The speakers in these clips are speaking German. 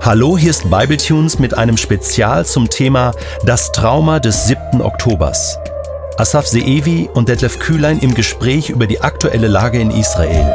Hallo, hier ist Bibletunes mit einem Spezial zum Thema Das Trauma des 7. Oktobers. Asaf Ze'evi und Detlef Kühlein im Gespräch über die aktuelle Lage in Israel.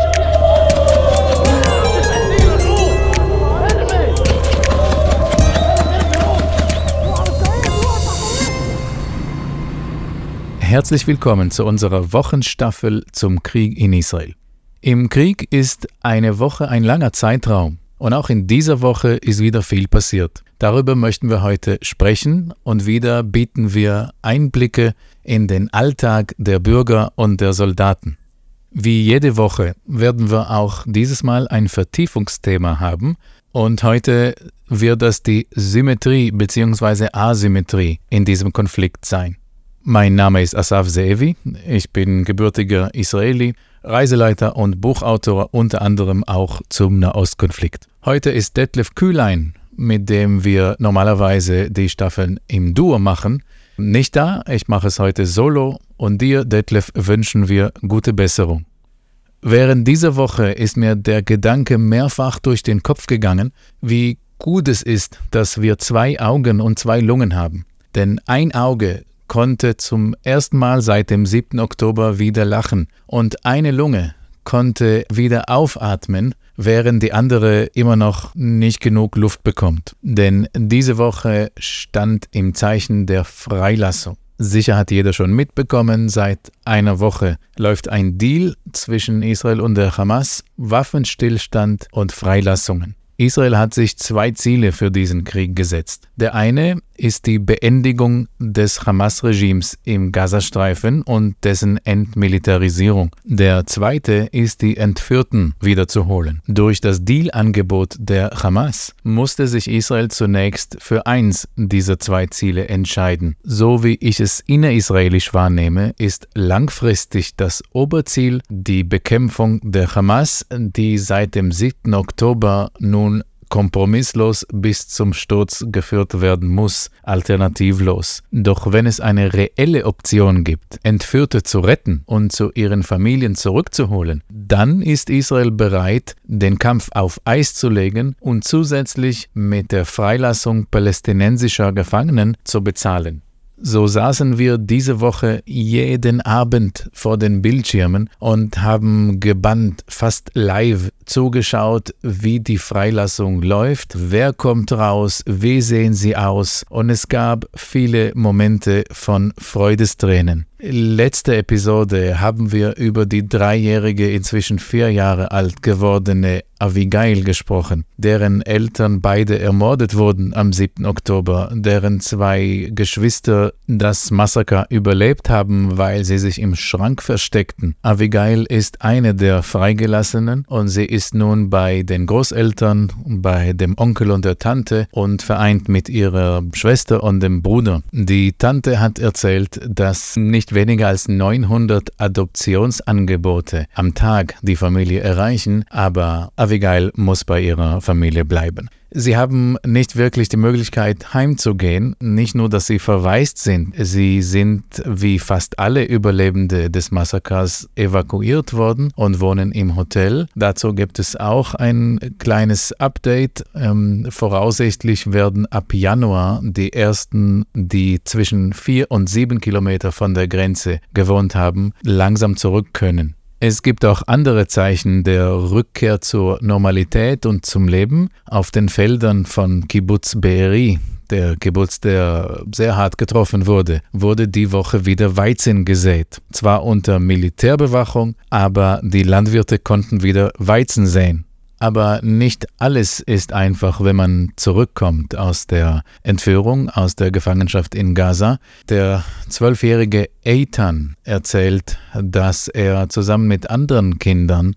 Herzlich willkommen zu unserer Wochenstaffel zum Krieg in Israel. Im Krieg ist eine Woche ein langer Zeitraum und auch in dieser Woche ist wieder viel passiert. Darüber möchten wir heute sprechen und wieder bieten wir Einblicke in den Alltag der Bürger und der Soldaten. Wie jede Woche werden wir auch dieses Mal ein Vertiefungsthema haben und heute wird das die Symmetrie bzw. Asymmetrie in diesem Konflikt sein. Mein Name ist Asaf Ze'evi, ich bin gebürtiger Israeli, Reiseleiter und Buchautor, unter anderem auch zum Nahostkonflikt. Heute ist Detlef Kühlein, mit dem wir normalerweise die Staffeln im Duo machen, nicht da. Ich mache es heute solo und dir, Detlef, wünschen wir gute Besserung. Während dieser Woche ist mir der Gedanke mehrfach durch den Kopf gegangen, wie gut es ist, dass wir 2 Augen und 2 Lungen haben. Denn ein Auge konnte zum ersten Mal seit dem 7. Oktober wieder lachen und eine Lunge konnte wieder aufatmen, während die andere immer noch nicht genug Luft bekommt. Denn diese Woche stand im Zeichen der Freilassung. Sicher hat jeder schon mitbekommen, seit einer Woche läuft ein Deal zwischen Israel und der Hamas, Waffenstillstand und Freilassungen. Israel hat sich 2 Ziele für diesen Krieg gesetzt. Der eine ist die Beendigung des Hamas-Regimes im Gazastreifen und dessen Entmilitarisierung. Der zweite ist, die Entführten wiederzuholen. Durch das Deal-Angebot der Hamas musste sich Israel zunächst für eins dieser 2 Ziele entscheiden. So wie ich es innerisraelisch wahrnehme, ist langfristig das Oberziel die Bekämpfung der Hamas, die seit dem 7. Oktober nun kompromisslos bis zum Sturz geführt werden muss, alternativlos. Doch wenn es eine reelle Option gibt, Entführte zu retten und zu ihren Familien zurückzuholen, dann ist Israel bereit, den Kampf auf Eis zu legen und zusätzlich mit der Freilassung palästinensischer Gefangenen zu bezahlen. So saßen wir diese Woche jeden Abend vor den Bildschirmen und haben gebannt, fast live zugeschaut, wie die Freilassung läuft, wer kommt raus, wie sehen sie aus, und es gab viele Momente von Freudestränen. Letzte Episode haben wir über die 3-jährige, inzwischen 4 Jahre alt gewordene Avigail gesprochen, deren Eltern beide ermordet wurden am 7. Oktober, deren 2 Geschwister das Massaker überlebt haben, weil sie sich im Schrank versteckten. Avigail ist eine der Freigelassenen und sie ist nun bei den Großeltern, bei dem Onkel und der Tante und vereint mit ihrer Schwester und dem Bruder. Die Tante hat erzählt, dass nicht weniger als 900 Adoptionsangebote am Tag die Familie erreichen, aber Avigail muss bei ihrer Familie bleiben. Sie haben nicht wirklich die Möglichkeit, heimzugehen. Nicht nur, dass sie verwaist sind, sie sind wie fast alle Überlebende des Massakers evakuiert worden und wohnen im Hotel. Dazu gibt es auch ein kleines Update. Voraussichtlich werden ab Januar die ersten, die zwischen 4 und 7 Kilometer von der Grenze gewohnt haben, langsam zurück können. Es gibt auch andere Zeichen der Rückkehr zur Normalität und zum Leben. Auf den Feldern von Kibbutz Be'eri, der Kibbutz, der sehr hart getroffen wurde, wurde die Woche wieder Weizen gesät. Zwar unter Militärbewachung, aber die Landwirte konnten wieder Weizen säen. Aber nicht alles ist einfach, wenn man zurückkommt aus der Entführung, aus der Gefangenschaft in Gaza. Der 12-jährige Eitan erzählt, dass er zusammen mit anderen Kindern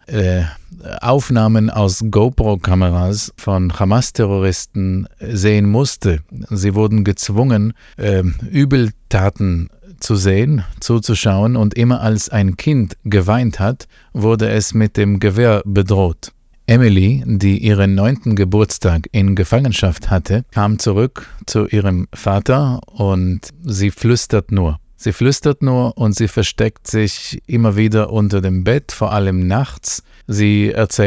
Aufnahmen aus GoPro-Kameras von Hamas-Terroristen sehen musste. Sie wurden gezwungen, Übeltaten zu sehen, zuzuschauen, und immer als ein Kind geweint hat, wurde es mit dem Gewehr bedroht. Emily, die ihren 9. Geburtstag in Gefangenschaft hatte, kam zurück zu ihrem Vater und sie flüstert nur. Sie flüstert nur und sie versteckt sich immer wieder unter dem Bett, vor allem nachts. Sie erzählt,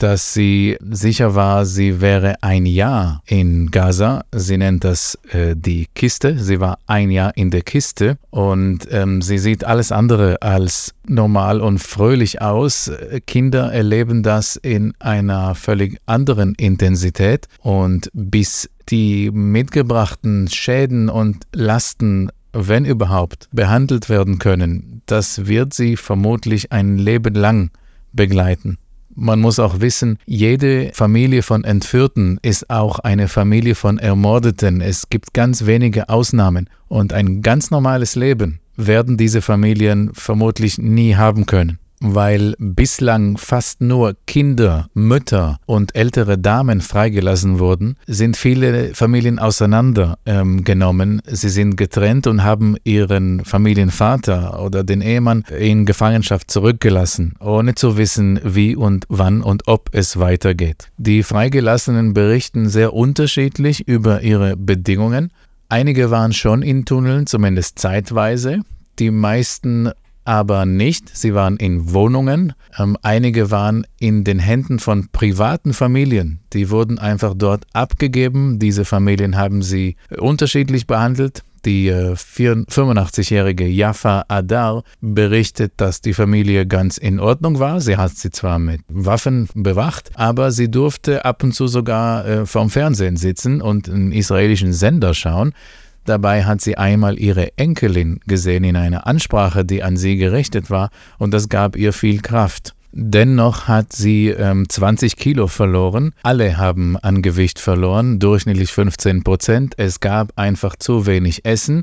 dass sie sicher war, sie wäre ein Jahr in Gaza. Sie nennt das die Kiste. Sie war ein Jahr in der Kiste und sie sieht alles andere als normal und fröhlich aus. Kinder erleben das in einer völlig anderen Intensität und bis die mitgebrachten Schäden und Lasten, wenn überhaupt, behandelt werden können, das wird sie vermutlich ein Leben lang begleiten. Man muss auch wissen, jede Familie von Entführten ist auch eine Familie von Ermordeten. Es gibt ganz wenige Ausnahmen und ein ganz normales Leben werden diese Familien vermutlich nie haben können. Weil bislang fast nur Kinder, Mütter und ältere Damen freigelassen wurden, sind viele Familien auseinandergenommen. Sie sind getrennt und haben ihren Familienvater oder den Ehemann in Gefangenschaft zurückgelassen, ohne zu wissen, wie und wann und ob es weitergeht. Die Freigelassenen berichten sehr unterschiedlich über ihre Bedingungen. Einige waren schon in Tunneln, zumindest zeitweise. Die meisten aber nicht. Sie waren in Wohnungen. Einige waren in den Händen von privaten Familien. Die wurden einfach dort abgegeben. Diese Familien haben sie unterschiedlich behandelt. Die 85-jährige Jaffa Adar berichtet, dass die Familie ganz in Ordnung war. Sie hat sie zwar mit Waffen bewacht, aber sie durfte ab und zu sogar vorm Fernsehen sitzen und einen israelischen Sender schauen. Dabei hat sie einmal ihre Enkelin gesehen in einer Ansprache, die an sie gerichtet war, und das gab ihr viel Kraft. Dennoch hat sie 20 Kilo verloren. Alle haben an Gewicht verloren, durchschnittlich 15%. Es gab einfach zu wenig Essen.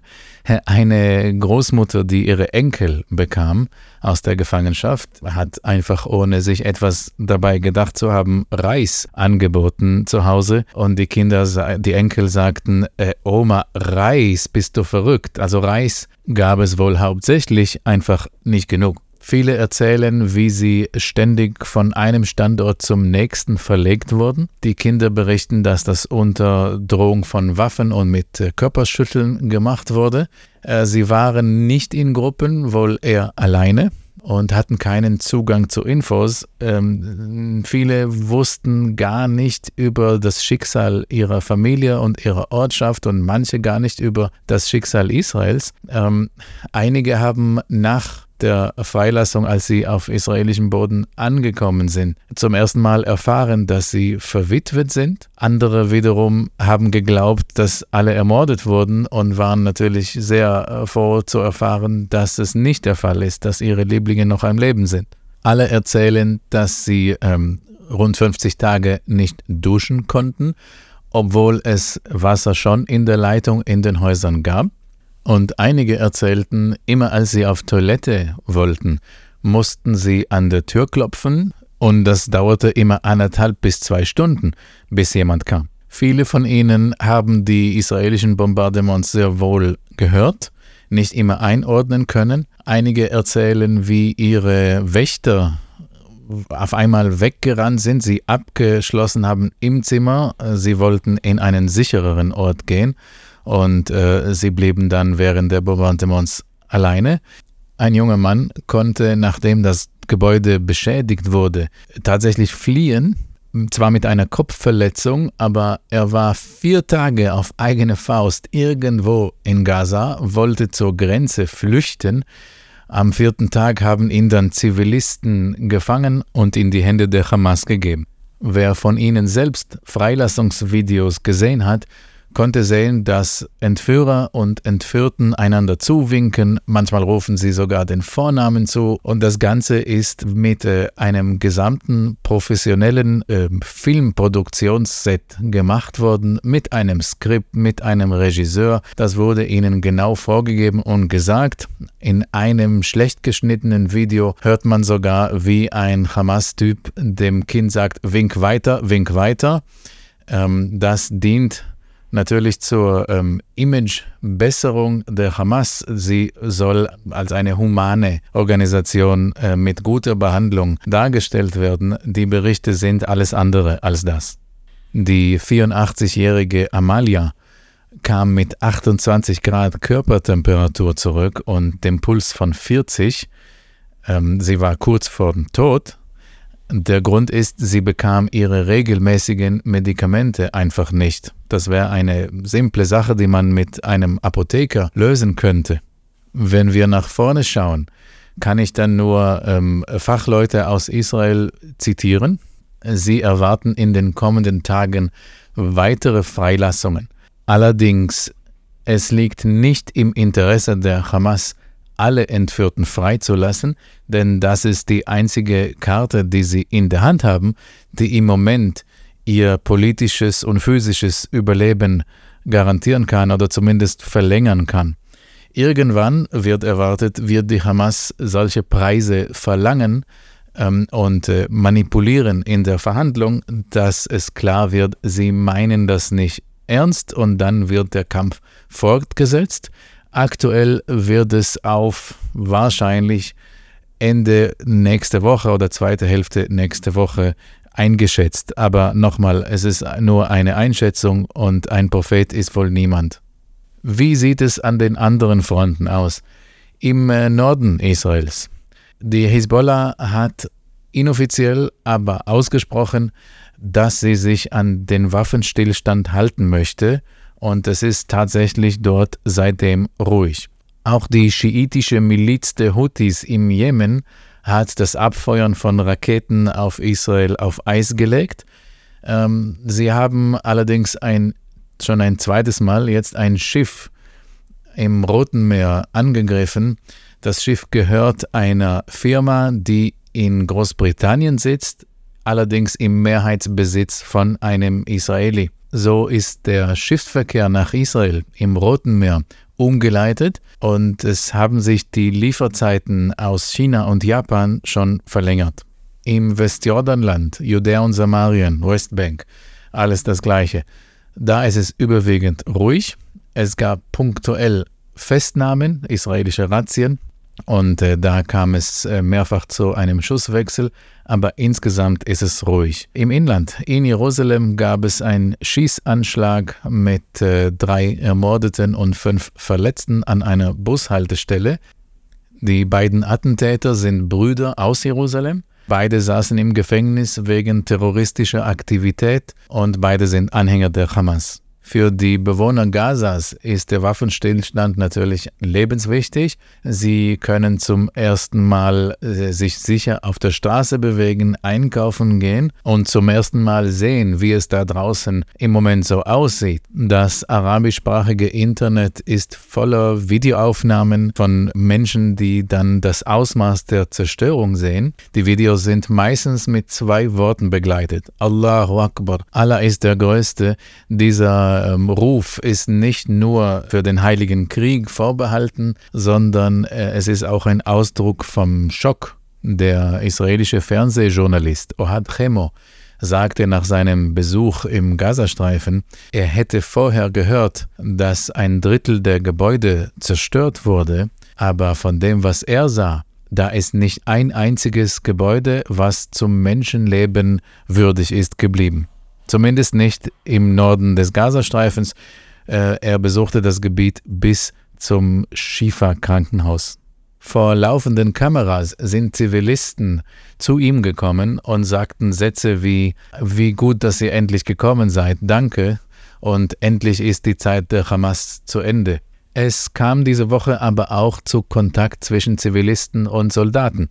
Eine Großmutter, die ihre Enkel bekam aus der Gefangenschaft, hat einfach, ohne sich etwas dabei gedacht zu haben, Reis angeboten zu Hause. Und die Enkel sagten, Oma, Reis, bist du verrückt? Also Reis gab es wohl hauptsächlich, einfach nicht genug. Viele erzählen, wie sie ständig von einem Standort zum nächsten verlegt wurden. Die Kinder berichten, dass das unter Drohung von Waffen und mit Körperschütteln gemacht wurde. Sie waren nicht in Gruppen, wohl eher alleine und hatten keinen Zugang zu Infos. Viele wussten gar nicht über das Schicksal ihrer Familie und ihrer Ortschaft und manche gar nicht über das Schicksal Israels. Einige haben nach der Freilassung, als sie auf israelischem Boden angekommen sind, zum ersten Mal erfahren, dass sie verwitwet sind. Andere wiederum haben geglaubt, dass alle ermordet wurden und waren natürlich sehr froh zu erfahren, dass es nicht der Fall ist, dass ihre Lieblinge noch am Leben sind. Alle erzählen, dass sie rund 50 Tage nicht duschen konnten, obwohl es Wasser schon in der Leitung in den Häusern gab. Und einige erzählten, immer als sie auf Toilette wollten, mussten sie an der Tür klopfen und das dauerte immer 1,5 bis 2 Stunden, bis jemand kam. Viele von ihnen haben die israelischen Bombardements sehr wohl gehört, nicht immer einordnen können. Einige erzählen, wie ihre Wächter auf einmal weggerannt sind, sie abgeschlossen haben im Zimmer, sie wollten in einen sichereren Ort gehen. Und sie blieben dann während der Bombardements alleine. Ein junger Mann konnte, nachdem das Gebäude beschädigt wurde, tatsächlich fliehen, zwar mit einer Kopfverletzung, aber er war 4 Tage auf eigene Faust irgendwo in Gaza, wollte zur Grenze flüchten. Am 4. Tag haben ihn dann Zivilisten gefangen und in die Hände der Hamas gegeben. Wer von ihnen selbst Freilassungsvideos gesehen hat, konnte sehen, dass Entführer und Entführten einander zuwinken, manchmal rufen sie sogar den Vornamen zu und das Ganze ist mit einem gesamten professionellen Filmproduktionsset gemacht worden, mit einem Skript, mit einem Regisseur. Das wurde ihnen genau vorgegeben und gesagt. In einem schlecht geschnittenen Video hört man sogar, wie ein Hamas-Typ dem Kind sagt, wink weiter, wink weiter. Das dient natürlich zur Imagebesserung der Hamas. Sie soll als eine humane Organisation mit guter Behandlung dargestellt werden. Die Berichte sind alles andere als das. Die 84-jährige Amalia kam mit 28 Grad Körpertemperatur zurück und dem Puls von 40. Sie war kurz vor dem Tod. Der Grund ist, sie bekam ihre regelmäßigen Medikamente einfach nicht. Das wäre eine simple Sache, die man mit einem Apotheker lösen könnte. Wenn wir nach vorne schauen, kann ich dann nur Fachleute aus Israel zitieren. Sie erwarten in den kommenden Tagen weitere Freilassungen. Allerdings, es liegt nicht im Interesse der Hamas, alle Entführten freizulassen, denn das ist die einzige Karte, die sie in der Hand haben, die im Moment ihr politisches und physisches Überleben garantieren kann oder zumindest verlängern kann. Irgendwann wird erwartet, wird die Hamas solche Preise verlangen und manipulieren in der Verhandlung, dass es klar wird, sie meinen das nicht ernst und dann wird der Kampf fortgesetzt. Aktuell wird es auf wahrscheinlich Ende nächste Woche oder zweite Hälfte nächste Woche eingeschätzt. Aber nochmal, es ist nur eine Einschätzung und ein Prophet ist wohl niemand. Wie sieht es an den anderen Fronten aus? Im Norden Israels. Die Hisbollah hat inoffiziell, aber ausgesprochen, dass sie sich an den Waffenstillstand halten möchte. Und es ist tatsächlich dort seitdem ruhig. Auch die schiitische Miliz der Houthis im Jemen hat das Abfeuern von Raketen auf Israel auf Eis gelegt. Sie haben allerdings schon ein zweites Mal jetzt ein Schiff im Roten Meer angegriffen. Das Schiff gehört einer Firma, die in Großbritannien sitzt, allerdings im Mehrheitsbesitz von einem Israeli. So ist der Schiffsverkehr nach Israel im Roten Meer umgeleitet und es haben sich die Lieferzeiten aus China und Japan schon verlängert. Im Westjordanland, Judäa und Samarien, Westbank, alles das Gleiche. Da ist es überwiegend ruhig. Es gab punktuell Festnahmen, israelische Razzien, und da kam es mehrfach zu einem Schusswechsel, aber insgesamt ist es ruhig. Im Inland, in Jerusalem, gab es einen Schießanschlag mit 3 Ermordeten und 5 Verletzten an einer Bushaltestelle. Die beiden Attentäter sind Brüder aus Jerusalem. Beide saßen im Gefängnis wegen terroristischer Aktivität und beide sind Anhänger der Hamas. Für die Bewohner Gazas ist der Waffenstillstand natürlich lebenswichtig. Sie können zum ersten Mal sich sicher auf der Straße bewegen, einkaufen gehen und zum ersten Mal sehen, wie es da draußen im Moment so aussieht. Das arabischsprachige Internet ist voller Videoaufnahmen von Menschen, die dann das Ausmaß der Zerstörung sehen. Die Videos sind meistens mit 2 Worten begleitet. Allahu Akbar. Allah ist der Größte. Dieser Ruf ist nicht nur für den Heiligen Krieg vorbehalten, sondern es ist auch ein Ausdruck vom Schock. Der israelische Fernsehjournalist Ohad Chemo sagte nach seinem Besuch im Gazastreifen, er hätte vorher gehört, dass 1/3 der Gebäude zerstört wurde, aber von dem, was er sah, da ist nicht ein einziges Gebäude, was zum Menschenleben würdig ist, geblieben. Zumindest nicht im Norden des Gazastreifens. Er besuchte das Gebiet bis zum Shifa-Krankenhaus. Vor laufenden Kameras sind Zivilisten zu ihm gekommen und sagten Sätze wie gut, dass ihr endlich gekommen seid, danke, und endlich ist die Zeit der Hamas zu Ende. Es kam diese Woche aber auch zu Kontakt zwischen Zivilisten und Soldaten.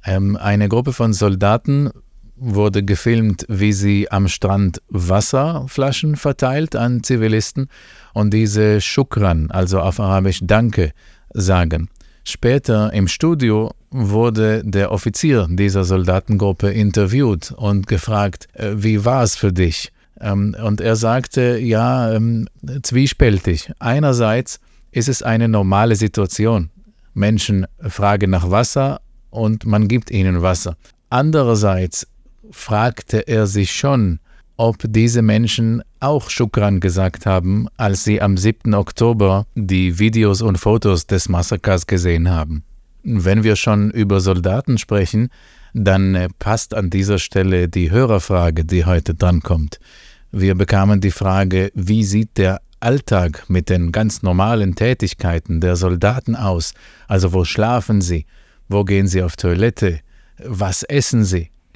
Eine Gruppe von Soldaten wurde gefilmt, wie sie am Strand Wasserflaschen verteilt an Zivilisten und diese Shukran, also auf Arabisch Danke, sagen. Später im Studio wurde der Offizier dieser Soldatengruppe interviewt und gefragt, wie war es für dich? Und er sagte, zwiespältig. Einerseits ist es eine normale Situation. Menschen fragen nach Wasser und man gibt ihnen Wasser. Andererseits fragte er sich schon, ob diese Menschen auch Shukran gesagt haben, als sie am 7. Oktober die Videos und Fotos des Massakers gesehen haben. Wenn wir schon über Soldaten sprechen, dann passt an dieser Stelle die Hörerfrage, die heute drankommt. Wir bekamen die Frage, wie sieht der Alltag mit den ganz normalen Tätigkeiten der Soldaten aus? Also wo schlafen sie? Wo gehen sie auf Toilette? Was essen sie?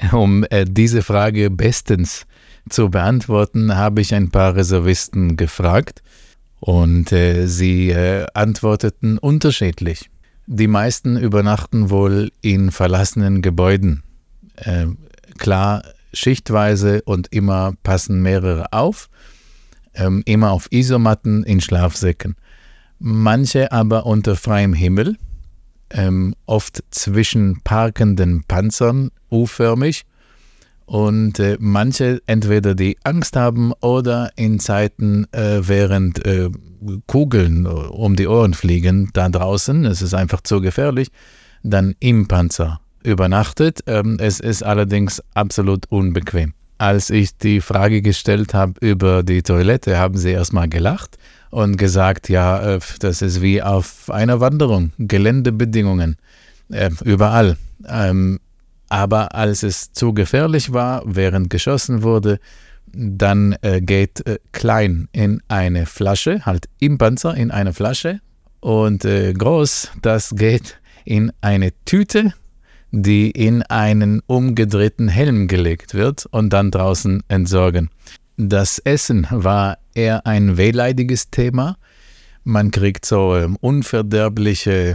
Um diese Frage bestens zu beantworten, habe ich ein paar Reservisten gefragt und sie antworteten unterschiedlich. Die meisten übernachten wohl in verlassenen Gebäuden. Klar, schichtweise und immer passen mehrere auf, immer auf Isomatten in Schlafsäcken. Manche aber unter freiem Himmel, oft zwischen parkenden Panzern, U-förmig. Und manche entweder die Angst haben oder in Zeiten, während Kugeln um die Ohren fliegen, da draußen, es ist einfach zu gefährlich, dann im Panzer übernachtet. Es ist allerdings absolut unbequem. Als ich die Frage gestellt habe über die Toilette, haben sie erstmal gelacht und gesagt, ja, das ist wie auf einer Wanderung, Geländebedingungen, überall. Aber als es zu gefährlich war, während geschossen wurde, dann geht klein in eine Flasche, halt im Panzer in eine Flasche, und groß, das geht in eine Tüte, die in einen umgedrehten Helm gelegt wird und dann draußen entsorgen. Das Essen war eher ein wehleidiges Thema. Man kriegt so unverderbliche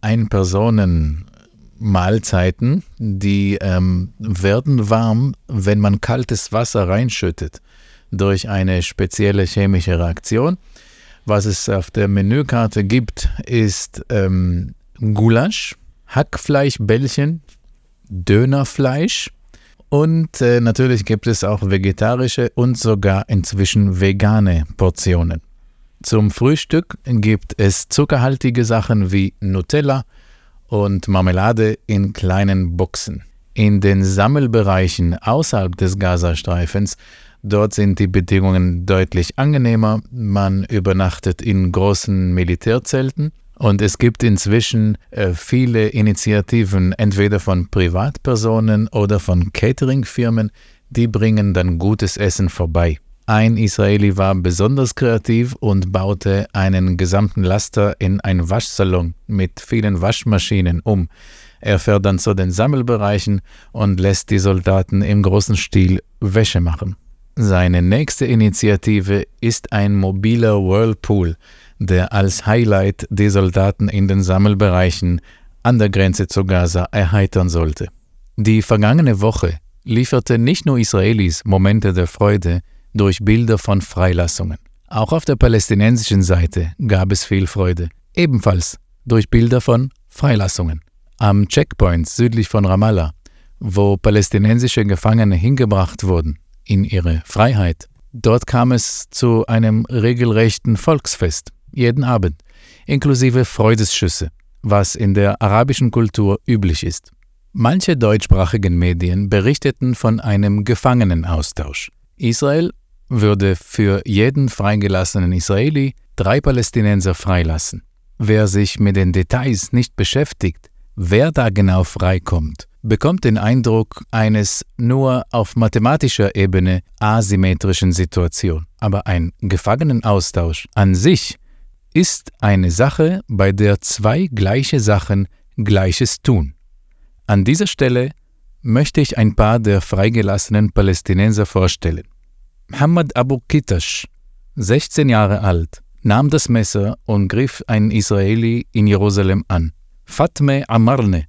Ein-Personen-Mahlzeiten, die werden warm, wenn man kaltes Wasser reinschüttet, durch eine spezielle chemische Reaktion. Was es auf der Menükarte gibt, ist Gulasch, Hackfleischbällchen, Dönerfleisch und natürlich gibt es auch vegetarische und sogar inzwischen vegane Portionen. Zum Frühstück gibt es zuckerhaltige Sachen wie Nutella und Marmelade in kleinen Boxen. In den Sammelbereichen außerhalb des Gazastreifens, dort sind die Bedingungen deutlich angenehmer. Man übernachtet in großen Militärzelten. Und es gibt inzwischen viele Initiativen, entweder von Privatpersonen oder von Cateringfirmen, die bringen dann gutes Essen vorbei. Ein Israeli war besonders kreativ und baute einen gesamten Laster in einen Waschsalon mit vielen Waschmaschinen um. Er fährt dann zu den Sammelbereichen und lässt die Soldaten im großen Stil Wäsche machen. Seine nächste Initiative ist ein mobiler Whirlpool, der als Highlight die Soldaten in den Sammelbereichen an der Grenze zu Gaza erheitern sollte. Die vergangene Woche lieferte nicht nur Israelis Momente der Freude durch Bilder von Freilassungen. Auch auf der palästinensischen Seite gab es viel Freude, ebenfalls durch Bilder von Freilassungen. Am Checkpoint südlich von Ramallah, wo palästinensische Gefangene hingebracht wurden in ihre Freiheit, dort kam es zu einem regelrechten Volksfest. Jeden Abend, inklusive Freudesschüsse, was in der arabischen Kultur üblich ist. Manche deutschsprachigen Medien berichteten von einem Gefangenenaustausch. Israel würde für jeden freigelassenen Israeli 3 Palästinenser freilassen. Wer sich mit den Details nicht beschäftigt, wer da genau freikommt, bekommt den Eindruck eines nur auf mathematischer Ebene asymmetrischen Situation. Aber ein Gefangenenaustausch an sich ist eine Sache, bei der 2 gleiche Sachen Gleiches tun. An dieser Stelle möchte ich ein paar der freigelassenen Palästinenser vorstellen. Mohammed Abu Kitash, 16 Jahre alt, nahm das Messer und griff einen Israeli in Jerusalem an. Fatme Amarne,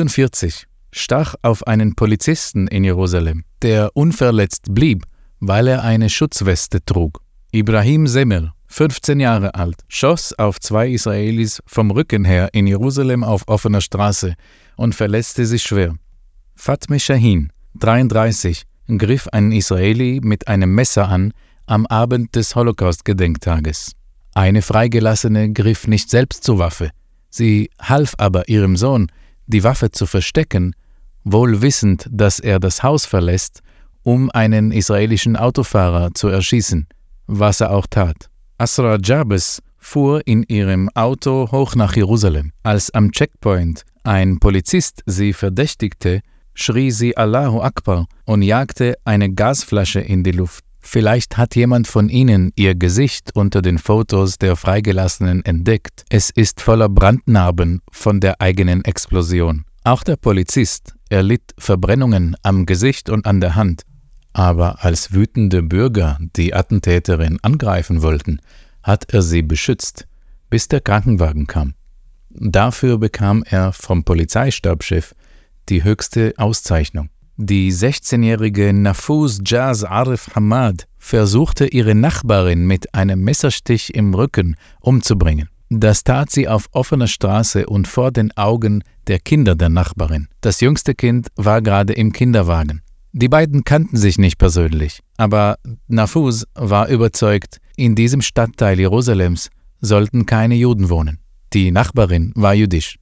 44, stach auf einen Polizisten in Jerusalem, der unverletzt blieb, weil er eine Schutzweste trug. Ibrahim Semer, 15 Jahre alt, schoss auf 2 Israelis vom Rücken her in Jerusalem auf offener Straße und verletzte sich schwer. Fatme Shahin, 33, griff einen Israeli mit einem Messer an am Abend des Holocaust-Gedenktages. Eine Freigelassene griff nicht selbst zur Waffe. Sie half aber ihrem Sohn, die Waffe zu verstecken, wohl wissend, dass er das Haus verlässt, um einen israelischen Autofahrer zu erschießen, was er auch tat. Asra Jabes fuhr in ihrem Auto hoch nach Jerusalem. Als am Checkpoint ein Polizist sie verdächtigte, schrie sie Allahu Akbar und jagte eine Gasflasche in die Luft. Vielleicht hat jemand von Ihnen ihr Gesicht unter den Fotos der Freigelassenen entdeckt. Es ist voller Brandnarben von der eigenen Explosion. Auch der Polizist er litt Verbrennungen am Gesicht und an der Hand. Aber als wütende Bürger die Attentäterin angreifen wollten, hat er sie beschützt, bis der Krankenwagen kam. Dafür bekam er vom Polizeistabschef die höchste Auszeichnung. Die 16-jährige Nafuz Jaz Arif Hamad versuchte ihre Nachbarin mit einem Messerstich im Rücken umzubringen. Das tat sie auf offener Straße und vor den Augen der Kinder der Nachbarin. Das jüngste Kind war gerade im Kinderwagen. Die beiden kannten sich nicht persönlich, aber Nafuz war überzeugt, in diesem Stadtteil Jerusalems sollten keine Juden wohnen. Die Nachbarin war jüdisch.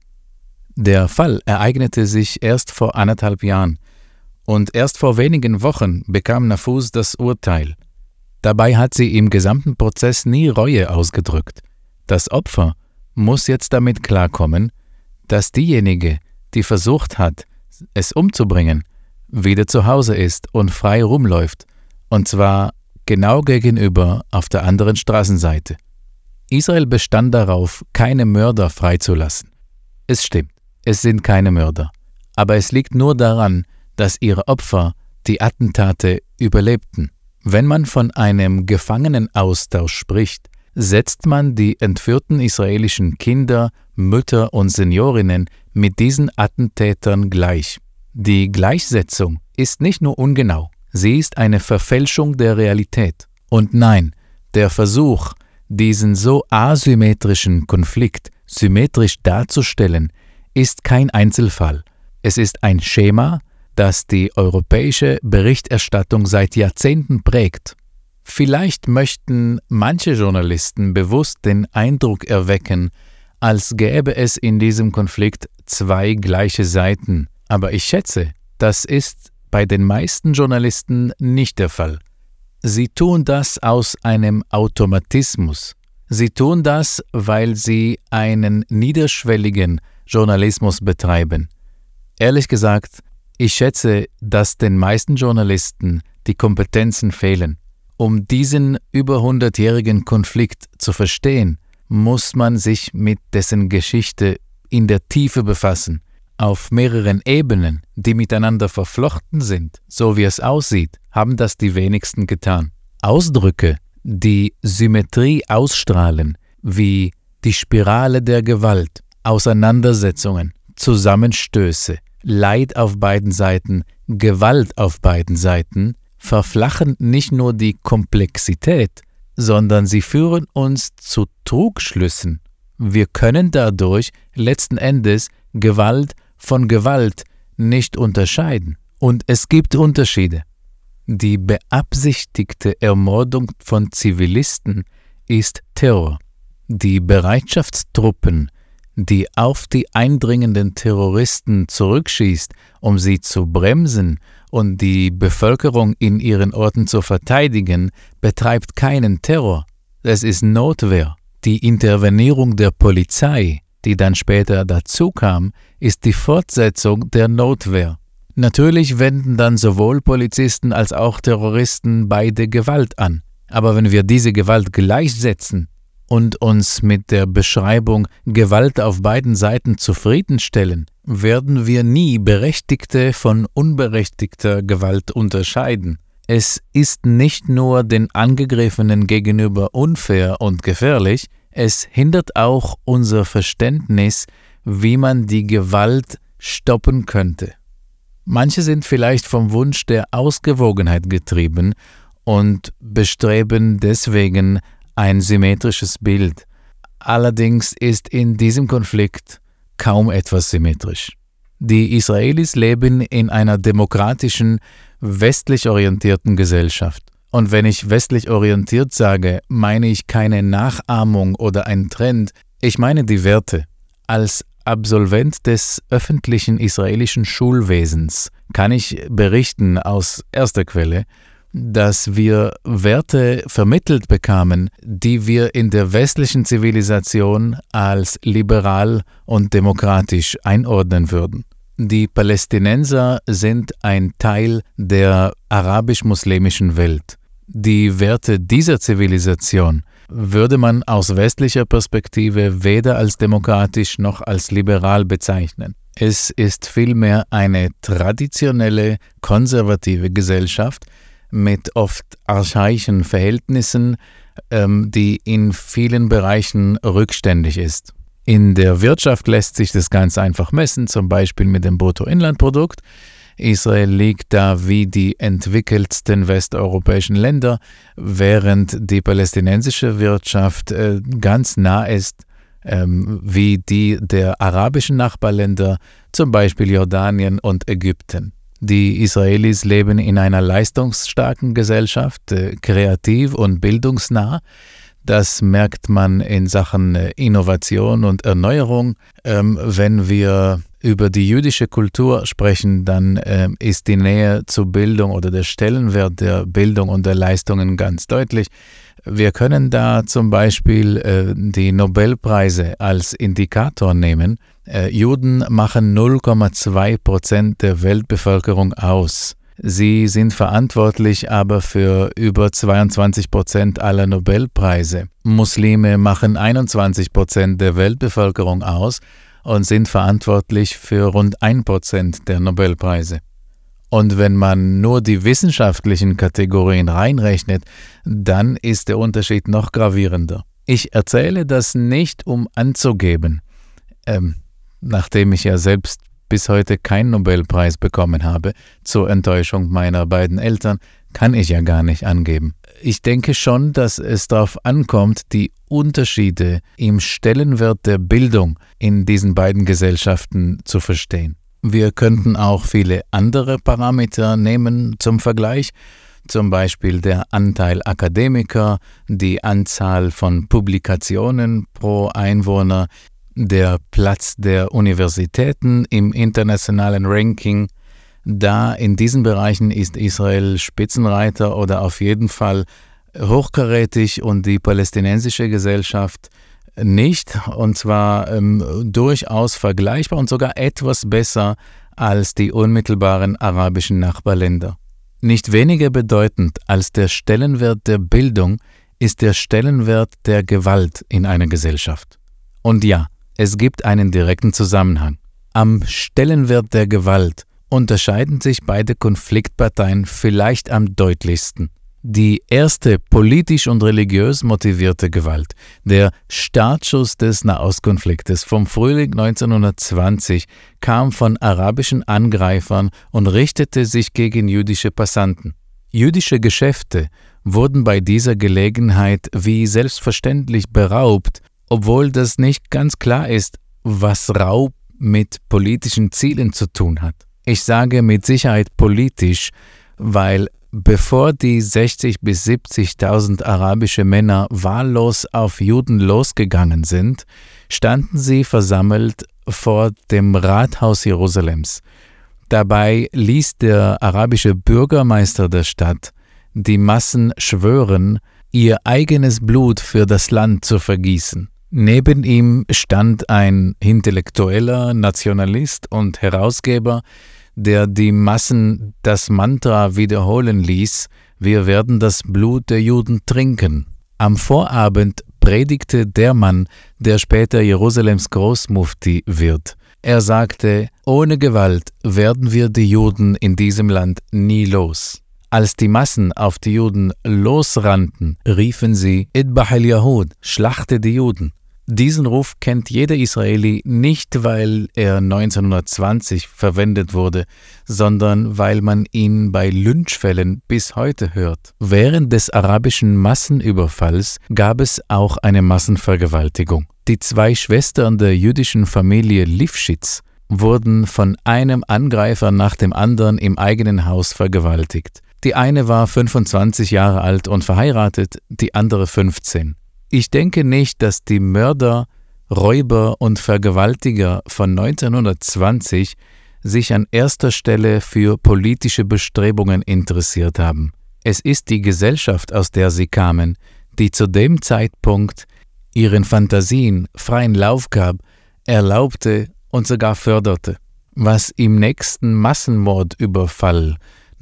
Der Fall ereignete sich erst vor 1,5 Jahren und erst vor wenigen Wochen bekam Nafuz das Urteil. Dabei hat sie im gesamten Prozess nie Reue ausgedrückt. Das Opfer muss jetzt damit klarkommen, dass diejenige, die versucht hat, es umzubringen, wieder zu Hause ist und frei rumläuft, und zwar genau gegenüber auf der anderen Straßenseite. Israel bestand darauf, keine Mörder freizulassen. Es stimmt, es sind keine Mörder, aber es liegt nur daran, dass ihre Opfer die Attentate überlebten. Wenn man von einem Gefangenenaustausch spricht, setzt man die entführten israelischen Kinder, Mütter und Seniorinnen mit diesen Attentätern gleich. Die Gleichsetzung ist nicht nur ungenau, sie ist eine Verfälschung der Realität. Und nein, der Versuch, diesen so asymmetrischen Konflikt symmetrisch darzustellen, ist kein Einzelfall. Es ist ein Schema, das die europäische Berichterstattung seit Jahrzehnten prägt. Vielleicht möchten manche Journalisten bewusst den Eindruck erwecken, als gäbe es in diesem Konflikt zwei gleiche Seiten. Aber ich schätze, das ist bei den meisten Journalisten nicht der Fall. Sie tun das aus einem Automatismus. Sie tun das, weil sie einen niederschwelligen Journalismus betreiben. Ehrlich gesagt, ich schätze, dass den meisten Journalisten die Kompetenzen fehlen. Um diesen über 100-jährigen Konflikt zu verstehen, muss man sich mit dessen Geschichte in der Tiefe befassen, auf mehreren Ebenen, die miteinander verflochten sind. So wie es aussieht, haben das die wenigsten getan. Ausdrücke, die Symmetrie ausstrahlen, wie die Spirale der Gewalt, Auseinandersetzungen, Zusammenstöße, Leid auf beiden Seiten, Gewalt auf beiden Seiten, verflachen nicht nur die Komplexität, sondern sie führen uns zu Trugschlüssen. Wir können dadurch letzten Endes Gewalt von Gewalt nicht unterscheiden. Und es gibt Unterschiede. Die beabsichtigte Ermordung von Zivilisten ist Terror. Die Bereitschaftstruppen, die auf die eindringenden Terroristen zurückschießt, um sie zu bremsen und die Bevölkerung in ihren Orten zu verteidigen, betreibt keinen Terror. Es ist Notwehr. Die Intervenierung der Polizei, die dann später dazu kam, ist die Fortsetzung der Notwehr. Natürlich wenden dann sowohl Polizisten als auch Terroristen beide Gewalt an. Aber wenn wir diese Gewalt gleichsetzen und uns mit der Beschreibung Gewalt auf beiden Seiten zufriedenstellen, werden wir nie berechtigte von unberechtigter Gewalt unterscheiden. Es ist nicht nur den Angegriffenen gegenüber unfair und gefährlich, es hindert auch unser Verständnis, wie man die Gewalt stoppen könnte. Manche sind vielleicht vom Wunsch der Ausgewogenheit getrieben und bestreben deswegen ein symmetrisches Bild. Allerdings ist in diesem Konflikt kaum etwas symmetrisch. Die Israelis leben in einer demokratischen, westlich orientierten Gesellschaft. Und wenn ich westlich orientiert sage, meine ich keine Nachahmung oder einen Trend, ich meine die Werte. Als Absolvent des öffentlichen israelischen Schulwesens kann ich berichten aus erster Quelle, dass wir Werte vermittelt bekamen, die wir in der westlichen Zivilisation als liberal und demokratisch einordnen würden. Die Palästinenser sind ein Teil der arabisch-muslimischen Welt. Die Werte dieser Zivilisation würde man aus westlicher Perspektive weder als demokratisch noch als liberal bezeichnen. Es ist vielmehr eine traditionelle, konservative Gesellschaft mit oft archaischen Verhältnissen, die in vielen Bereichen rückständig ist. In der Wirtschaft lässt sich das ganz einfach messen, zum Beispiel mit dem Bruttoinlandprodukt. Israel liegt da wie die entwickeltsten westeuropäischen Länder, während die palästinensische Wirtschaft ganz nah ist wie die der arabischen Nachbarländer, zum Beispiel Jordanien und Ägypten. Die Israelis leben in einer leistungsstarken Gesellschaft, kreativ und bildungsnah. Das merkt man in Sachen Innovation und Erneuerung. Wenn wir über die jüdische Kultur sprechen, dann ist die Nähe zur Bildung oder der Stellenwert der Bildung und der Leistungen ganz deutlich. Wir können da zum Beispiel die Nobelpreise als Indikator nehmen. Juden machen 0,2% der Weltbevölkerung aus. Sie sind verantwortlich aber für über 22% aller Nobelpreise. Muslime machen 21% der Weltbevölkerung aus und sind verantwortlich für rund 1% der Nobelpreise. Und wenn man nur die wissenschaftlichen Kategorien reinrechnet, dann ist der Unterschied noch gravierender. Ich erzähle das nicht, um anzugeben, nachdem ich ja selbst bis heute keinen Nobelpreis bekommen habe, zur Enttäuschung meiner beiden Eltern, kann ich ja gar nicht angeben. Ich denke schon, dass es darauf ankommt, die Unterschiede im Stellenwert der Bildung in diesen beiden Gesellschaften zu verstehen. Wir könnten auch viele andere Parameter nehmen zum Vergleich, zum Beispiel der Anteil Akademiker, die Anzahl von Publikationen pro Einwohner, der Platz der Universitäten im internationalen Ranking. Da in diesen Bereichen ist Israel Spitzenreiter oder auf jeden Fall hochkarätig und die palästinensische Gesellschaft nicht, und zwar durchaus vergleichbar und sogar etwas besser als die unmittelbaren arabischen Nachbarländer. Nicht weniger bedeutend als der Stellenwert der Bildung ist der Stellenwert der Gewalt in einer Gesellschaft. Und ja, es gibt einen direkten Zusammenhang. Am Stellenwert der Gewalt unterscheiden sich beide Konfliktparteien vielleicht am deutlichsten. Die erste politisch und religiös motivierte Gewalt, der Startschuss des Nahostkonfliktes vom Frühling 1920, kam von arabischen Angreifern und richtete sich gegen jüdische Passanten. Jüdische Geschäfte wurden bei dieser Gelegenheit wie selbstverständlich beraubt, obwohl das nicht ganz klar ist, was Raub mit politischen Zielen zu tun hat. Ich sage mit Sicherheit politisch, weil bevor die 60.000 bis 70.000 arabische Männer wahllos auf Juden losgegangen sind, standen sie versammelt vor dem Rathaus Jerusalems. Dabei ließ der arabische Bürgermeister der Stadt die Massen schwören, ihr eigenes Blut für das Land zu vergießen. Neben ihm stand ein intellektueller Nationalist und Herausgeber, der die Massen das Mantra wiederholen ließ: Wir werden das Blut der Juden trinken. Am Vorabend predigte der Mann, der später Jerusalems Großmufti wird. Er sagte: Ohne Gewalt werden wir die Juden in diesem Land nie los. Als die Massen auf die Juden losrannten, riefen sie: Idbah al-Yahud, schlachte die Juden. Diesen Ruf kennt jeder Israeli nicht, weil er 1920 verwendet wurde, sondern weil man ihn bei Lynchfällen bis heute hört. Während des arabischen Massenüberfalls gab es auch eine Massenvergewaltigung. Die 2 Schwestern der jüdischen Familie Lifschitz wurden von einem Angreifer nach dem anderen im eigenen Haus vergewaltigt. Die eine war 25 Jahre alt und verheiratet, die andere 15. Ich denke nicht, dass die Mörder, Räuber und Vergewaltiger von 1920 sich an erster Stelle für politische Bestrebungen interessiert haben. Es ist die Gesellschaft, aus der sie kamen, die zu dem Zeitpunkt ihren Fantasien freien Lauf gab, erlaubte und sogar förderte. Was im nächsten Massenmordüberfall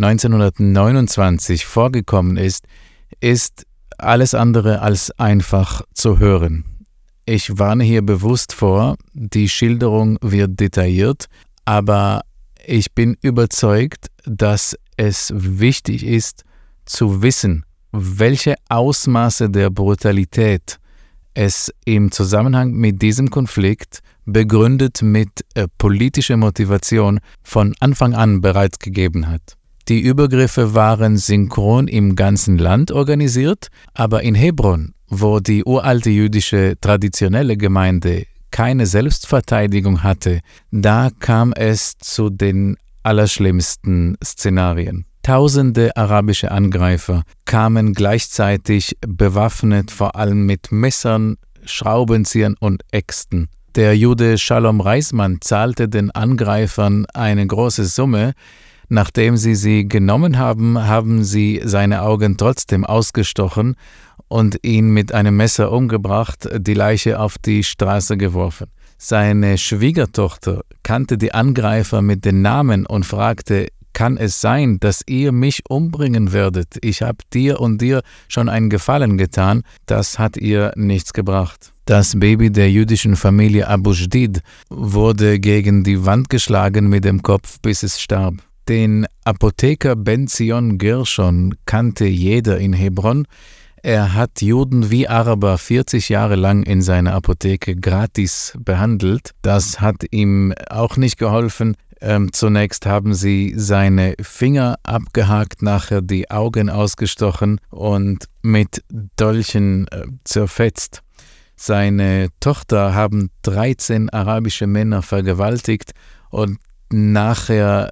1929 vorgekommen ist, ist alles andere als einfach zu hören. Ich warne hier bewusst vor, die Schilderung wird detailliert, aber ich bin überzeugt, dass es wichtig ist, zu wissen, welche Ausmaße der Brutalität es im Zusammenhang mit diesem Konflikt, begründet mit politischer Motivation, von Anfang an bereits gegeben hat. Die Übergriffe waren synchron im ganzen Land organisiert, aber in Hebron, wo die uralte jüdische traditionelle Gemeinde keine Selbstverteidigung hatte, da kam es zu den allerschlimmsten Szenarien. Tausende arabische Angreifer kamen gleichzeitig bewaffnet, vor allem mit Messern, Schraubenziehern und Äxten. Der Jude Shalom Reisman zahlte den Angreifern eine große Summe. Nachdem sie genommen haben, haben sie seine Augen trotzdem ausgestochen und ihn mit einem Messer umgebracht, die Leiche auf die Straße geworfen. Seine Schwiegertochter kannte die Angreifer mit den Namen und fragte: Kann es sein, dass ihr mich umbringen werdet? Ich habe dir und dir schon einen Gefallen getan. Das hat ihr nichts gebracht. Das Baby der jüdischen Familie Abu Jdid wurde gegen die Wand geschlagen mit dem Kopf, bis es starb. Den Apotheker Ben Zion Gershon kannte jeder in Hebron. Er hat Juden wie Araber 40 Jahre lang in seiner Apotheke gratis behandelt. Das hat ihm auch nicht geholfen. Zunächst haben sie seine Finger abgehakt, nachher die Augen ausgestochen und mit Dolchen zerfetzt. Seine Tochter haben 13 arabische Männer vergewaltigt und nachher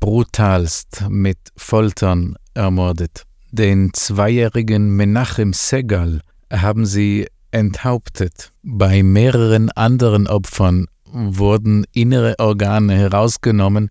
brutalst mit Foltern ermordet. Den 2-jährigen Menachem Segal haben sie enthauptet. Bei mehreren anderen Opfern wurden innere Organe herausgenommen,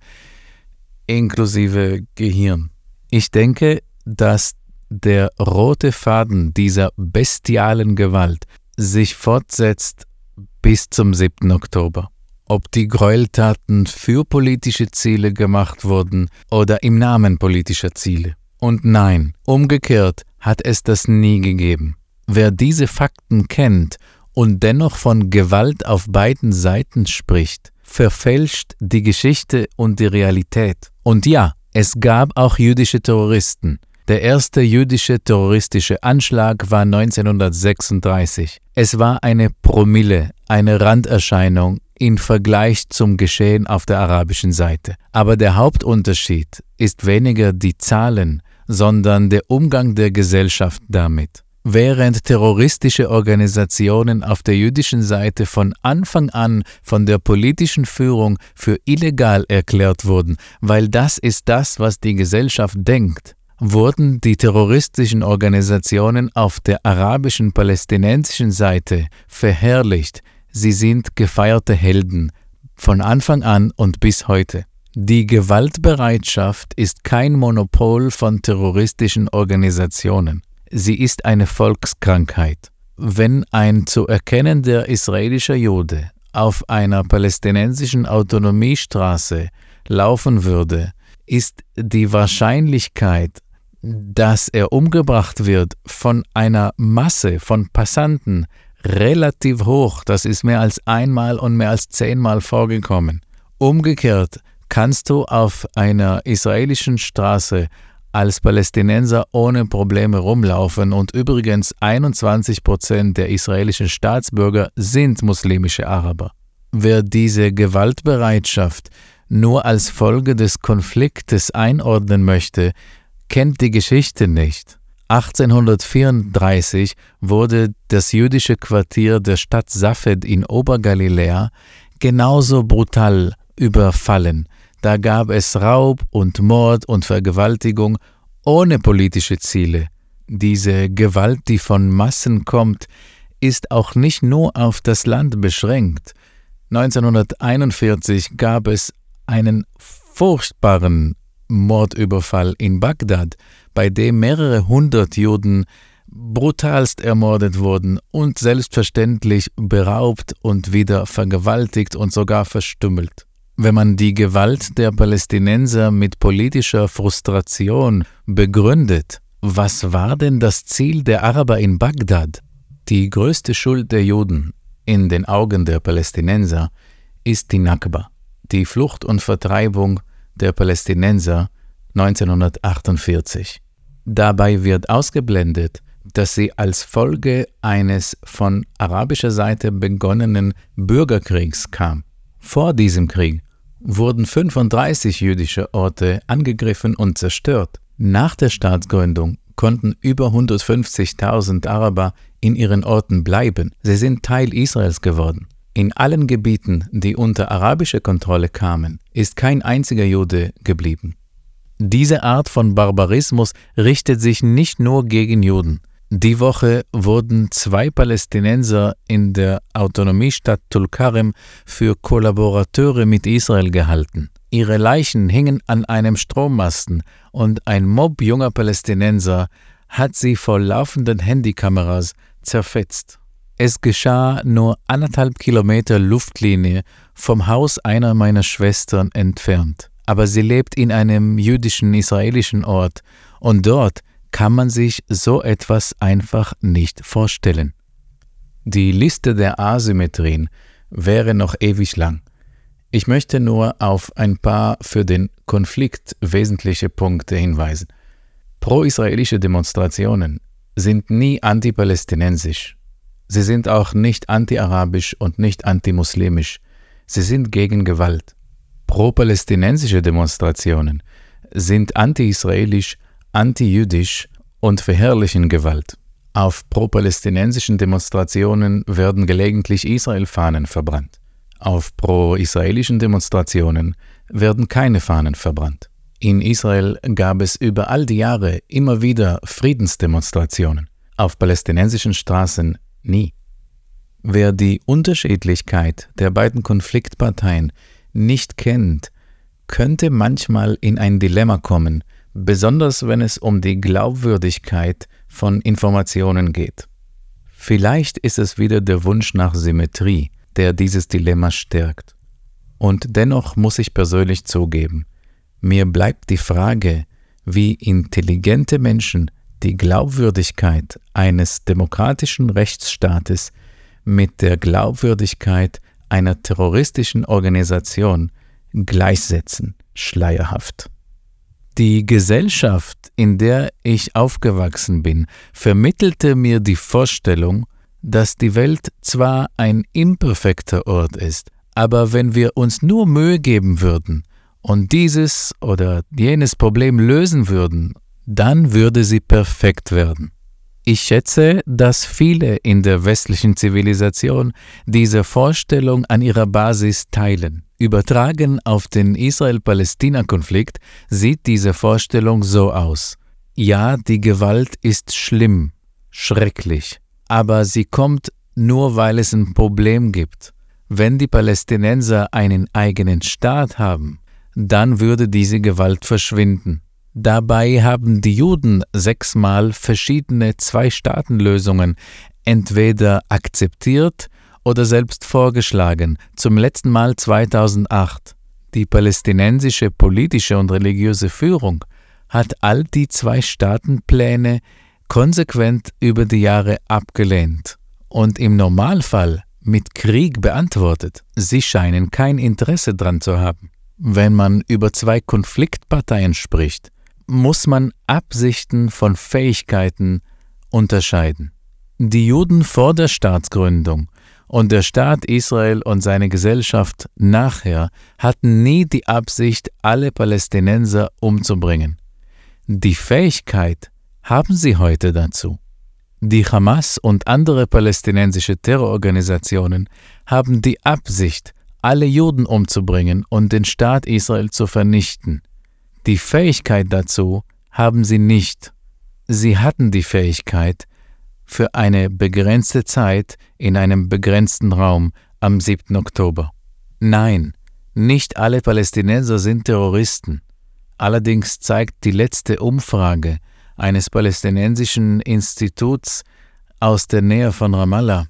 inklusive Gehirn. Ich denke, dass der rote Faden dieser bestialen Gewalt sich fortsetzt bis zum 7. Oktober. Ob die Gräueltaten für politische Ziele gemacht wurden oder im Namen politischer Ziele. Und nein, umgekehrt hat es das nie gegeben. Wer diese Fakten kennt und dennoch von Gewalt auf beiden Seiten spricht, verfälscht die Geschichte und die Realität. Und ja, es gab auch jüdische Terroristen. Der erste jüdische terroristische Anschlag war 1936. Es war eine Promille, eine Randerscheinung im Vergleich zum Geschehen auf der arabischen Seite. Aber der Hauptunterschied ist weniger die Zahlen, sondern der Umgang der Gesellschaft damit. Während terroristische Organisationen auf der jüdischen Seite von Anfang an von der politischen Führung für illegal erklärt wurden, weil das ist das, was die Gesellschaft denkt, wurden die terroristischen Organisationen auf der arabischen palästinensischen Seite verherrlicht. Sie sind gefeierte Helden, von Anfang an und bis heute. Die Gewaltbereitschaft ist kein Monopol von terroristischen Organisationen. Sie ist eine Volkskrankheit. Wenn ein zu erkennender israelischer Jude auf einer palästinensischen Autonomiestraße laufen würde, ist die Wahrscheinlichkeit, dass er umgebracht wird von einer Masse von Passanten relativ hoch. Das ist mehr als einmal und mehr als 10-mal vorgekommen. Umgekehrt kannst du auf einer israelischen Straße als Palästinenser ohne Probleme rumlaufen und übrigens 21% der israelischen Staatsbürger sind muslimische Araber. Wer diese Gewaltbereitschaft nur als Folge des Konfliktes einordnen möchte, kennt die Geschichte nicht. 1834 wurde das jüdische Quartier der Stadt Safed in Obergaliläa genauso brutal überfallen. Da gab es Raub und Mord und Vergewaltigung ohne politische Ziele. Diese Gewalt, die von Massen kommt, ist auch nicht nur auf das Land beschränkt. 1941 gab es einen furchtbaren Mordüberfall in Bagdad, bei dem mehrere hundert Juden brutalst ermordet wurden und selbstverständlich beraubt und wieder vergewaltigt und sogar verstümmelt. Wenn man die Gewalt der Palästinenser mit politischer Frustration begründet, was war denn das Ziel der Araber in Bagdad? Die größte Schuld der Juden in den Augen der Palästinenser ist die Nakba, die Flucht und Vertreibung der Palästinenser 1948. Dabei wird ausgeblendet, dass sie als Folge eines von arabischer Seite begonnenen Bürgerkriegs kam. Vor diesem Krieg wurden 35 jüdische Orte angegriffen und zerstört. Nach der Staatsgründung konnten über 150.000 Araber in ihren Orten bleiben. Sie sind Teil Israels geworden. In allen Gebieten, die unter arabische Kontrolle kamen, ist kein einziger Jude geblieben. Diese Art von Barbarismus richtet sich nicht nur gegen Juden. Die Woche wurden 2 Palästinenser in der Autonomiestadt Tulkarem für Kollaborateure mit Israel gehalten. Ihre Leichen hingen an einem Strommasten und ein Mob junger Palästinenser hat sie vor laufenden Handykameras zerfetzt. Es geschah nur 1,5 Kilometer Luftlinie vom Haus einer meiner Schwestern entfernt. Aber sie lebt in einem jüdischen israelischen Ort und dort kann man sich so etwas einfach nicht vorstellen. Die Liste der Asymmetrien wäre noch ewig lang. Ich möchte nur auf ein paar für den Konflikt wesentliche Punkte hinweisen. Pro-israelische Demonstrationen sind nie antipalästinensisch. Sie sind auch nicht anti-arabisch und nicht anti-muslimisch. Sie sind gegen Gewalt. Pro-palästinensische Demonstrationen sind anti-israelisch, anti-jüdisch und verherrlichen Gewalt. Auf pro-palästinensischen Demonstrationen werden gelegentlich Israel-Fahnen verbrannt. Auf pro-israelischen Demonstrationen werden keine Fahnen verbrannt. In Israel gab es über all die Jahre immer wieder Friedensdemonstrationen. Auf palästinensischen Straßen nie. Wer die Unterschiedlichkeit der beiden Konfliktparteien nicht kennt, könnte manchmal in ein Dilemma kommen, besonders wenn es um die Glaubwürdigkeit von Informationen geht. Vielleicht ist es wieder der Wunsch nach Symmetrie, der dieses Dilemma stärkt. Und dennoch muss ich persönlich zugeben, mir bleibt die Frage, wie intelligente Menschen die Glaubwürdigkeit eines demokratischen Rechtsstaates mit der Glaubwürdigkeit einer terroristischen Organisation gleichsetzen, schleierhaft. Die Gesellschaft, in der ich aufgewachsen bin, vermittelte mir die Vorstellung, dass die Welt zwar ein imperfekter Ort ist, aber wenn wir uns nur Mühe geben würden und dieses oder jenes Problem lösen würden, dann würde sie perfekt werden. Ich schätze, dass viele in der westlichen Zivilisation diese Vorstellung an ihrer Basis teilen. Übertragen auf den Israel-Palästina-Konflikt sieht diese Vorstellung so aus. Ja, die Gewalt ist schlimm, schrecklich, aber sie kommt nur, weil es ein Problem gibt. Wenn die Palästinenser einen eigenen Staat haben, dann würde diese Gewalt verschwinden. Dabei haben die Juden 6-mal verschiedene 2-Staaten-Lösungen entweder akzeptiert oder selbst vorgeschlagen, zum letzten Mal 2008. Die palästinensische politische und religiöse Führung hat all die 2-Staaten-Pläne konsequent über die Jahre abgelehnt und im Normalfall mit Krieg beantwortet. Sie scheinen kein Interesse daran zu haben. Wenn man über 2 Konfliktparteien spricht, muss man Absichten von Fähigkeiten unterscheiden. Die Juden vor der Staatsgründung und der Staat Israel und seine Gesellschaft nachher hatten nie die Absicht, alle Palästinenser umzubringen. Die Fähigkeit haben sie heute dazu. Die Hamas und andere palästinensische Terrororganisationen haben die Absicht, alle Juden umzubringen und den Staat Israel zu vernichten. Die Fähigkeit dazu haben sie nicht. Sie hatten die Fähigkeit, für eine begrenzte Zeit in einem begrenzten Raum am 7. Oktober. Nein, nicht alle Palästinenser sind Terroristen. Allerdings zeigt die letzte Umfrage eines palästinensischen Instituts aus der Nähe von Ramallah,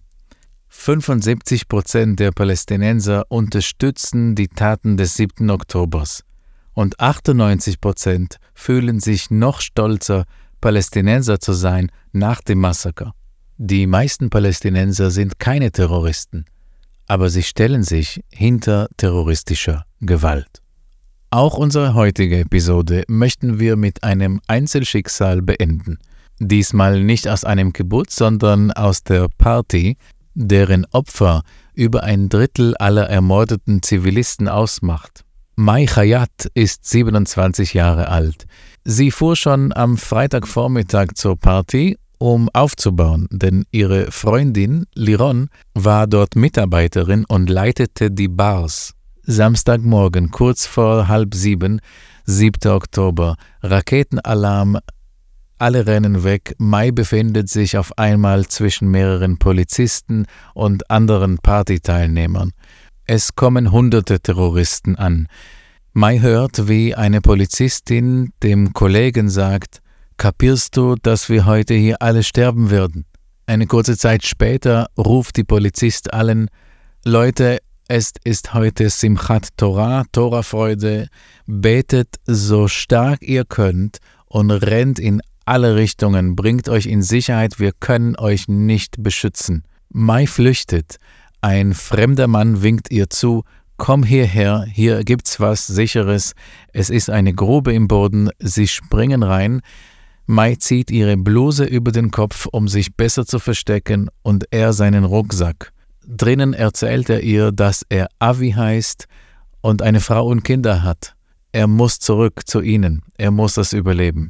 75% der Palästinenser unterstützen die Taten des 7. Oktobers und 98% fühlen sich noch stolzer, Palästinenser zu sein nach dem Massaker. Die meisten Palästinenser sind keine Terroristen, aber sie stellen sich hinter terroristischer Gewalt. Auch unsere heutige Episode möchten wir mit einem Einzelschicksal beenden. Diesmal nicht aus einem Kibbutz, sondern aus der Party, deren Opfer über 1/3 aller ermordeten Zivilisten ausmacht. Mai Hayat ist 27 Jahre alt. Sie fuhr schon am Freitagvormittag zur Party, um aufzubauen, denn ihre Freundin Liron war dort Mitarbeiterin und leitete die Bars. Samstagmorgen, kurz vor 6:30, 7. Oktober, Raketenalarm, alle rennen weg. Mai befindet sich auf einmal zwischen mehreren Polizisten und anderen Partyteilnehmern. Es kommen hunderte Terroristen an. Mai hört, wie eine Polizistin dem Kollegen sagt: »Kapierst du, dass wir heute hier alle sterben werden?« Eine kurze Zeit später ruft die Polizist allen: »Leute, es ist heute Simchat Torah, Torahfreude, betet so stark ihr könnt und rennt in alle Richtungen, bringt euch in Sicherheit, wir können euch nicht beschützen.« Mai flüchtet. Ein fremder Mann winkt ihr zu: »Komm hierher, hier gibt's was Sicheres, es ist eine Grube im Boden.« Sie springen rein. Mai zieht ihre Bluse über den Kopf, um sich besser zu verstecken, und er seinen Rucksack. Drinnen erzählt er ihr, dass er Avi heißt und eine Frau und Kinder hat. Er muss zurück zu ihnen, er muss das überleben.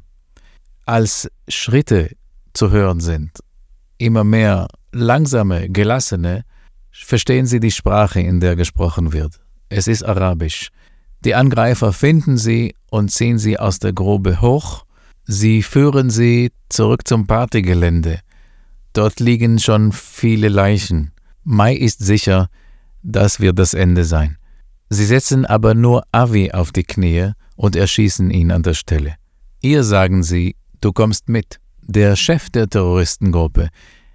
Als Schritte zu hören sind, immer mehr langsame, gelassene, verstehen sie die Sprache, in der gesprochen wird. Es ist Arabisch. Die Angreifer finden sie und ziehen sie aus der Grube hoch. Sie führen sie zurück zum Partygelände. Dort liegen schon viele Leichen. Mai ist sicher, das wird das Ende sein. Sie setzen aber nur Avi auf die Knie und erschießen ihn an der Stelle. Ihr sagen sie: »Du kommst mit.« Der Chef der Terroristengruppe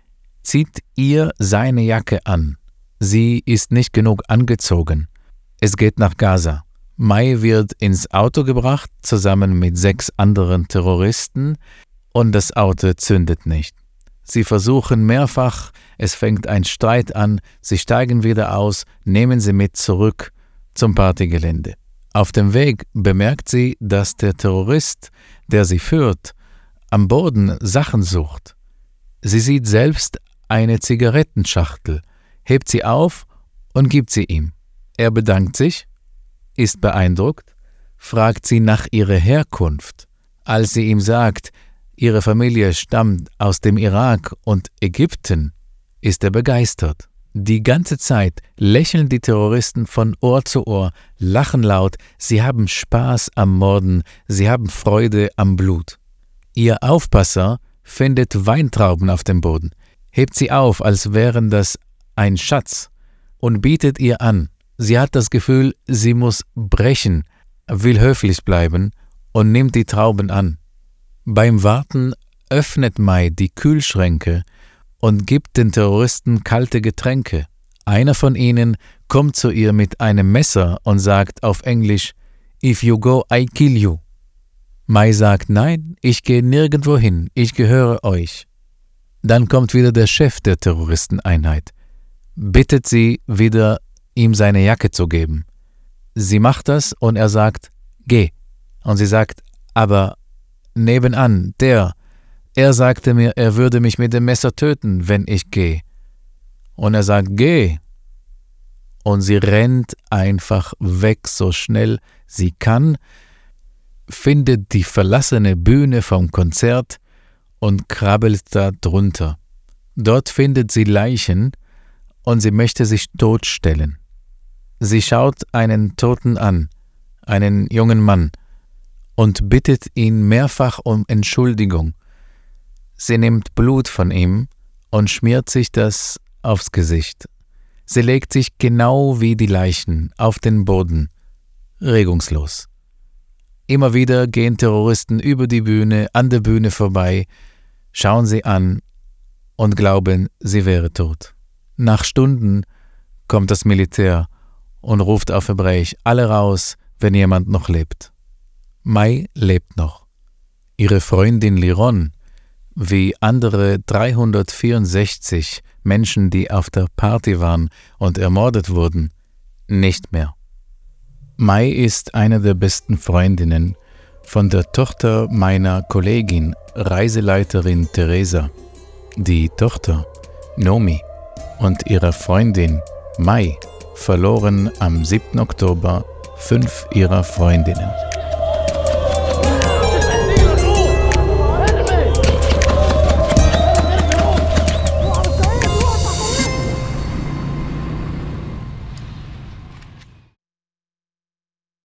zieht ihr seine Jacke an. Sie ist nicht genug angezogen. Es geht nach Gaza. Mai wird ins Auto gebracht, zusammen mit 6 anderen Terroristen, und das Auto zündet nicht. Sie versuchen mehrfach, es fängt ein Streit an, sie steigen wieder aus, nehmen sie mit zurück zum Partygelände. Auf dem Weg bemerkt sie, dass der Terrorist, der sie führt, am Boden Sachen sucht. Sie sieht selbst eine Zigarettenschachtel, hebt sie auf und gibt sie ihm. Er bedankt sich, ist beeindruckt, fragt sie nach ihrer Herkunft. Als sie ihm sagt, ihre Familie stammt aus dem Irak und Ägypten, ist er begeistert. Die ganze Zeit lächeln die Terroristen von Ohr zu Ohr, lachen laut, sie haben Spaß am Morden, sie haben Freude am Blut. Ihr Aufpasser findet Weintrauben auf dem Boden, hebt sie auf, als wären das ein Schatz, und bietet ihr an. Sie hat das Gefühl, sie muss brechen, will höflich bleiben und nimmt die Trauben an. Beim Warten öffnet Mai die Kühlschränke und gibt den Terroristen kalte Getränke. Einer von ihnen kommt zu ihr mit einem Messer und sagt auf Englisch: »If you go, I kill you.« Mai sagt: »Nein, ich gehe nirgendwo hin, ich gehöre euch.« Dann kommt wieder der Chef der Terroristeneinheit, bittet sie wieder, ihm seine Jacke zu geben. Sie macht das und er sagt: »Geh.« Und sie sagt: »Aber nebenan, er sagte mir, er würde mich mit dem Messer töten, wenn ich gehe.« Und er sagt: »Geh.« Und sie rennt einfach weg, so schnell sie kann, findet die verlassene Bühne vom Konzert und krabbelt da drunter. Dort findet sie Leichen und sie möchte sich totstellen. Sie schaut einen Toten an, einen jungen Mann, und bittet ihn mehrfach um Entschuldigung. Sie nimmt Blut von ihm und schmiert sich das aufs Gesicht. Sie legt sich genau wie die Leichen auf den Boden, regungslos. Immer wieder gehen Terroristen über die Bühne, an der Bühne vorbei, schauen sie an und glauben, sie wäre tot. Nach Stunden kommt das Militär und ruft auf Hebräisch: alle raus, wenn jemand noch lebt. Mai lebt noch. Ihre Freundin Liron wie andere 364 Menschen, die auf der Party waren und ermordet wurden, nicht mehr. Mai ist eine der besten Freundinnen von der Tochter meiner Kollegin, Reiseleiterin Teresa. Die Tochter, Nomi, und ihre Freundin, Mai, verloren am 7. Oktober 5 ihrer Freundinnen.